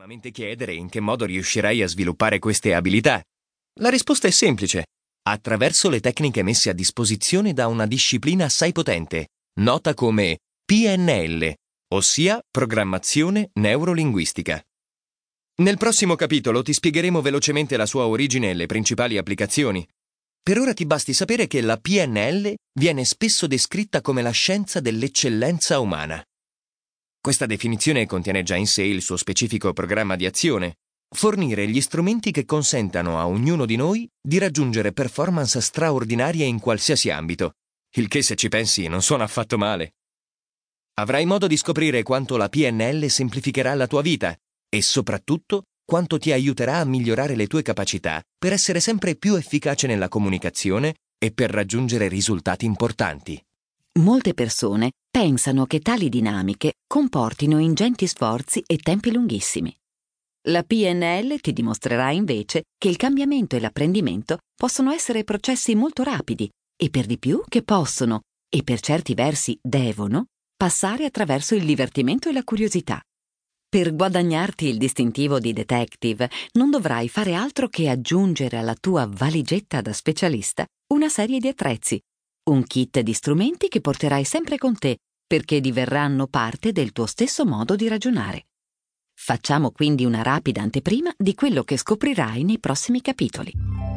legittimamente chiedere in che modo riuscirai a sviluppare queste abilità. La risposta è semplice: attraverso le tecniche messe a disposizione da una disciplina assai potente, nota come PNL, ossia programmazione neurolinguistica. Nel prossimo capitolo ti spiegheremo velocemente la sua origine e le principali applicazioni. Per ora ti basti sapere che la PNL viene spesso descritta come la scienza dell'eccellenza umana. Questa definizione contiene già in sé il suo specifico programma di azione: fornire gli strumenti che consentano a ognuno di noi di raggiungere performance straordinarie in qualsiasi ambito, il che, se ci pensi, non suona affatto male. Avrai modo di scoprire quanto la PNL semplificherà la tua vita e soprattutto quanto ti aiuterà a migliorare le tue capacità per essere sempre più efficace nella comunicazione e per raggiungere risultati importanti. Molte persone pensano che tali dinamiche comportino ingenti sforzi e tempi lunghissimi. La PNL ti dimostrerà invece che il cambiamento e l'apprendimento possono essere processi molto rapidi e per di più che possono, e per certi versi devono, passare attraverso il divertimento e la curiosità. Per guadagnarti il distintivo di detective non dovrai fare altro che aggiungere alla tua valigetta da specialista una serie di attrezzi, un kit di strumenti che porterai sempre con te perché diverranno parte del tuo stesso modo di ragionare. Facciamo quindi una rapida anteprima di quello che scoprirai nei prossimi capitoli.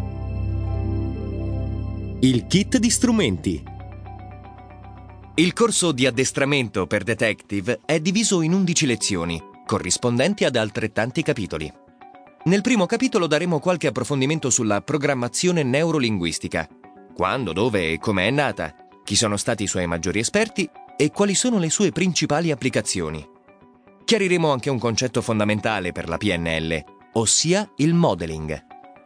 Il kit di strumenti. Il corso di addestramento per detective è diviso in 11 lezioni, corrispondenti ad altrettanti capitoli. Nel primo capitolo daremo qualche approfondimento sulla programmazione neurolinguistica: quando, dove e come è nata, chi sono stati i suoi maggiori esperti e quali sono le sue principali applicazioni. Chiariremo anche un concetto fondamentale per la PNL, ossia il modeling.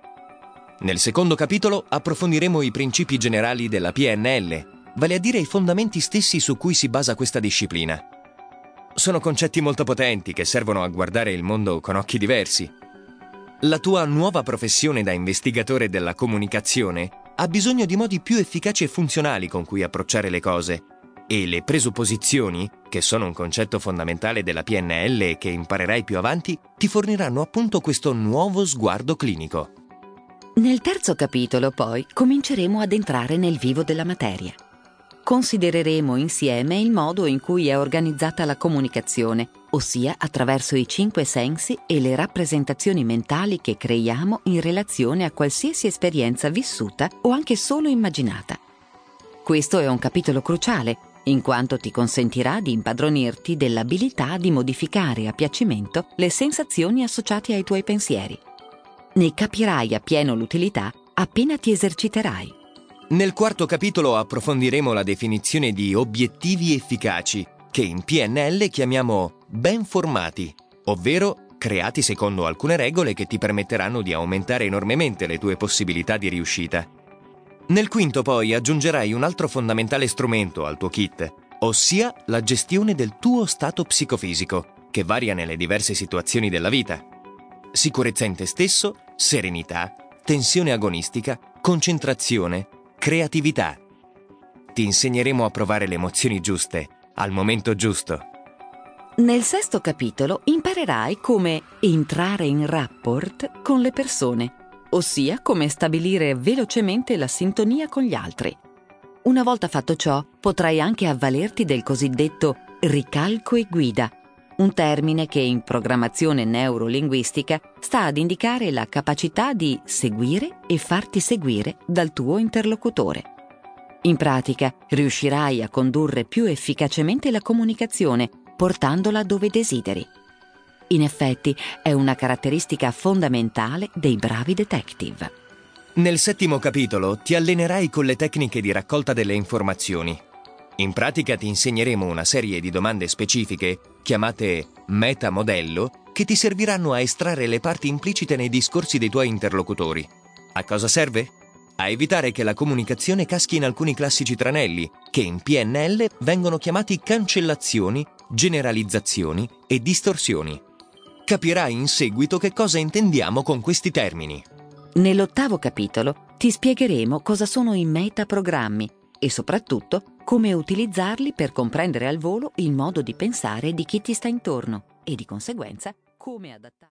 Nel secondo capitolo approfondiremo i principi generali della PNL, vale a dire i fondamenti stessi su cui si basa questa disciplina. Sono concetti molto potenti che servono a guardare il mondo con occhi diversi. La tua nuova professione da investigatore della comunicazione ha bisogno di modi più efficaci e funzionali con cui approcciare le cose, e le presupposizioni, che sono un concetto fondamentale della PNL e che imparerai più avanti, ti forniranno appunto questo nuovo sguardo clinico. Nel terzo capitolo, poi, cominceremo ad entrare nel vivo della materia. Considereremo insieme il modo in cui è organizzata la comunicazione, ossia attraverso i 5 sensi e le rappresentazioni mentali che creiamo in relazione a qualsiasi esperienza vissuta o anche solo immaginata. Questo è un capitolo cruciale, in quanto ti consentirà di impadronirti dell'abilità di modificare a piacimento le sensazioni associate ai tuoi pensieri. Ne capirai appieno l'utilità appena ti eserciterai. Nel quarto capitolo approfondiremo la definizione di obiettivi efficaci, che in PNL chiamiamo ben formati, ovvero creati secondo alcune regole che ti permetteranno di aumentare enormemente le tue possibilità di riuscita. Nel quinto poi aggiungerai un altro fondamentale strumento al tuo kit, ossia la gestione del tuo stato psicofisico, che varia nelle diverse situazioni della vita. Sicurezza in te stesso, serenità, tensione agonistica, concentrazione, creatività. Ti insegneremo a provare le emozioni giuste, al momento giusto. Nel sesto capitolo imparerai come entrare in rapport con le persone, ossia come stabilire velocemente la sintonia con gli altri. Una volta fatto ciò, potrai anche avvalerti del cosiddetto ricalco e guida, un termine che in programmazione neurolinguistica sta ad indicare la capacità di seguire e farti seguire dal tuo interlocutore. In pratica, riuscirai a condurre più efficacemente la comunicazione, portandola dove desideri. In effetti, è una caratteristica fondamentale dei bravi detective. Nel settimo capitolo ti allenerai con le tecniche di raccolta delle informazioni. In pratica ti insegneremo una serie di domande specifiche, chiamate metamodello, che ti serviranno a estrarre le parti implicite nei discorsi dei tuoi interlocutori. A cosa serve? A evitare che la comunicazione caschi in alcuni classici tranelli, che in PNL vengono chiamati cancellazioni, generalizzazioni e distorsioni. Capirai in seguito che cosa intendiamo con questi termini. Nell'ottavo capitolo ti spiegheremo cosa sono i metaprogrammi e soprattutto come utilizzarli per comprendere al volo il modo di pensare di chi ti sta intorno e di conseguenza come adattare.